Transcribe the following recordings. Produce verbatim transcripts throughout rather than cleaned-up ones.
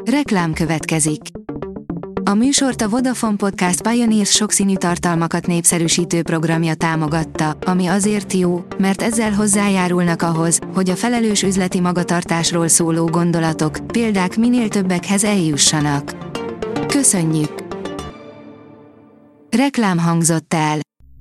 Reklám következik. A műsort a Vodafone Podcast Pioneers sokszínű tartalmakat népszerűsítő programja támogatta, ami azért jó, mert ezzel hozzájárulnak ahhoz, hogy a felelős üzleti magatartásról szóló gondolatok, példák minél többekhez eljussanak. Köszönjük! Reklám hangzott el.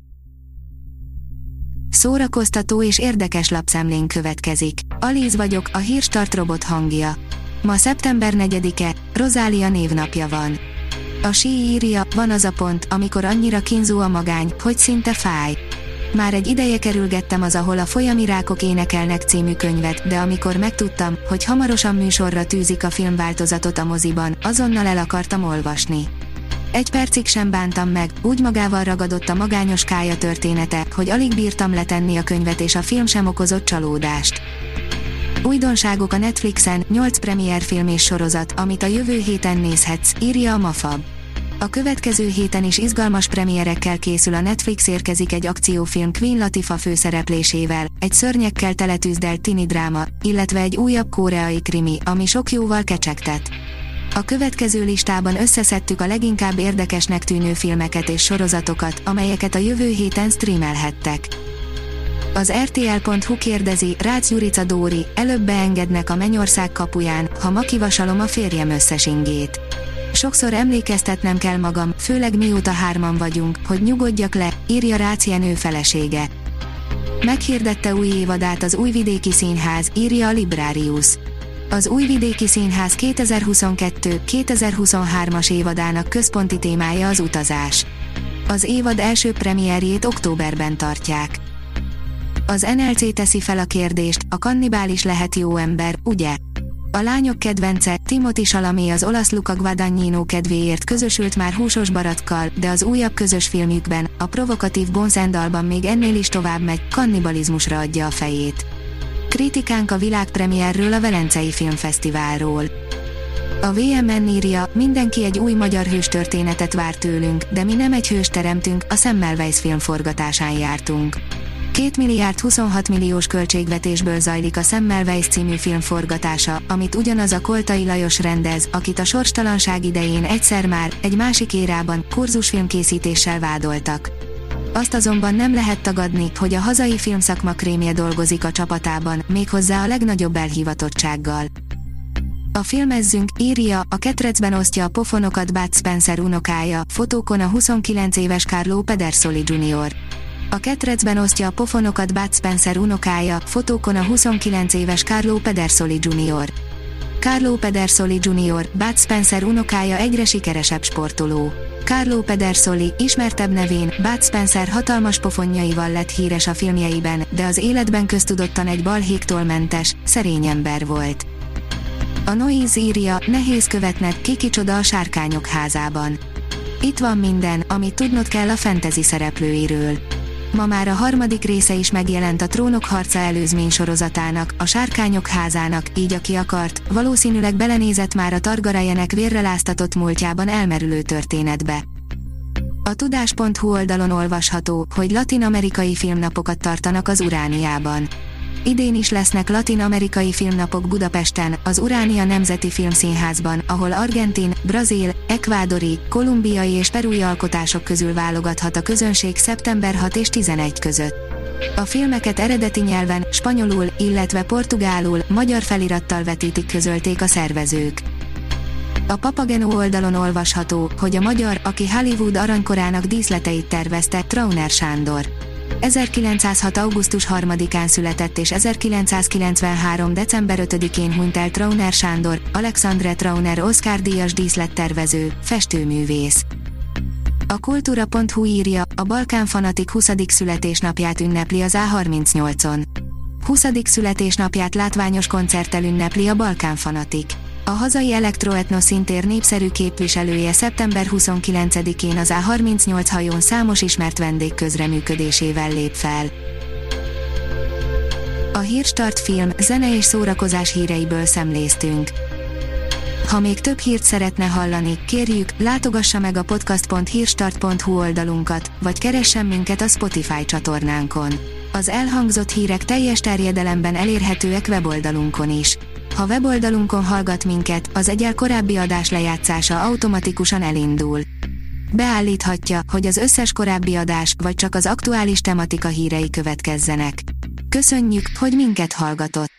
Szórakoztató és érdekes lapszemlén következik. Alíz vagyok, a Hírstart robot hangja. Ma szeptember negyedike, Rozália névnapja van. A Sí írja, van az a pont, amikor annyira kínzó a magány, hogy szinte fáj. Már egy ideje kerülgettem az Ahol a folyami rákok énekelnek című könyvet, de amikor megtudtam, hogy hamarosan műsorra tűzik a filmváltozatot a moziban, azonnal el akartam olvasni. Egy percig sem bántam meg, úgy magával ragadott a magányos Kája története, hogy alig bírtam letenni a könyvet, és a film sem okozott csalódást. Újdonságok a Netflixen, nyolc premierfilm és sorozat, amit a jövő héten nézhetsz, írja a Mafab. A következő héten is izgalmas premierekkel készül a Netflix. Érkezik egy akciófilm Queen Latifah főszereplésével, egy szörnyekkel teletűzdelt tini dráma, illetve egy újabb koreai krimi, ami sok jóval kecsegtet. A következő listában összeszedtük a leginkább érdekesnek tűnő filmeket és sorozatokat, amelyeket a jövő héten streamelhettek. Az er té el pont hu kérdezi, Rácz Jurica Dóri, előbb beengednek a mennyország kapuján, ha ma kivasalom a férjem összes ingét. Sokszor emlékeztetnem kell magam, főleg mióta hárman vagyunk, hogy nyugodjak le, írja Rácz Jenő felesége. Meghirdette új évadát az Újvidéki Színház, írja a Librarius. Az Újvidéki Színház kétezer-huszonkettő-kétezer-huszonhármas évadának központi témája az utazás. Az évad első premierjét októberben tartják. Az en el cé teszi fel a kérdést, a kannibális lehet jó ember, ugye? A lányok kedvence, Timothy Chalamet az olasz Luca Guadagnino kedvéért közösült már húsos barackkal, de az újabb közös filmjükben, a provokatív Bones and All-ban még ennél is tovább megy, kannibalizmusra adja a fejét. Kritikánk a világpremierről a Velencei Filmfesztiválról. A vé em en írja, mindenki egy új magyar hőstörténetet vár tőlünk, de mi nem egy hőst teremtünk, a Semmelweis film forgatásán jártunk. két milliárd huszonhat milliós költségvetésből zajlik a Semmelweis című film forgatása, amit ugyanaz a Koltai Lajos rendez, akit a sorstalanság idején egyszer már, egy másik érában, kurzusfilmkészítéssel vádoltak. Azt azonban nem lehet tagadni, hogy a hazai filmszakma krémje dolgozik a csapatában, méghozzá a legnagyobb elhivatottsággal. A Filmezzünk, írja, a ketrecben osztja a pofonokat Bud Spencer unokája, fotókon a huszonkilenc éves Carlo Pedersoli junior A ketrecben osztja a pofonokat Bud Spencer unokája, fotókon a huszonkilenc éves Carlo Pedersoli junior Carlo Pedersoli junior, Bud Spencer unokája egyre sikeresebb sportoló. Carlo Pedersoli, ismertebb nevén, Bud Spencer hatalmas pofonjaival lett híres a filmjeiben, de az életben köztudottan egy balhéktól mentes, szerény ember volt. A Noise írja, nehéz követned, ki kicsoda a Sárkányok házában. Itt van minden, amit tudnod kell a fantasy szereplőiről. Ma már a harmadik része is megjelent a Trónok harca előzmény sorozatának, a Sárkányok házának, így aki akart, valószínűleg belenézett már a Targaryenek vérre láztatott múltjában elmerülő történetbe. A tudás pont hu oldalon olvasható, hogy latin-amerikai filmnapokat tartanak az Urániában. Idén is lesznek latin-amerikai filmnapok Budapesten, az Uránia Nemzeti Filmszínházban, ahol argentin, brazil, ekvádori, kolumbiai és perui alkotások közül válogathat a közönség szeptember hatodika és tizenegy között. A filmeket eredeti nyelven, spanyolul, illetve portugálul, magyar felirattal vetítik, közölték a szervezők. A Papageno oldalon olvasható, hogy a magyar, aki Hollywood aranykorának díszleteit tervezte, Trauner Sándor. ezerkilencszázhat. augusztus harmadikán született és ezerkilencszázkilencvenhárom. december ötödikén hunyt el Trauner Sándor, Alexandre Trauner Oscar-díjas díszlettervező, festőművész. A kultúra pont hu írja, a Balkán Fanatik huszadik születésnapját ünnepli az á harmincnyolcon. huszadik születésnapját látványos koncerttel ünnepli a Balkán Fanatik. A hazai elektroetno szintér népszerű képviselője szeptember huszonkilencedikén az á harmincnyolc hajón számos ismert vendég közreműködésével lép fel. A Hírstart film, zene és szórakozás híreiből szemléztünk. Ha még több hírt szeretne hallani, kérjük, látogassa meg a podcast pont hírstart pont hu oldalunkat, vagy keressen minket a Spotify csatornánkon. Az elhangzott hírek teljes terjedelemben elérhetőek weboldalunkon is. Ha weboldalunkon hallgat minket, az egyel korábbi adás lejátszása automatikusan elindul. Beállíthatja, hogy az összes korábbi adás, vagy csak az aktuális tematika hírei következzenek. Köszönjük, hogy minket hallgatott!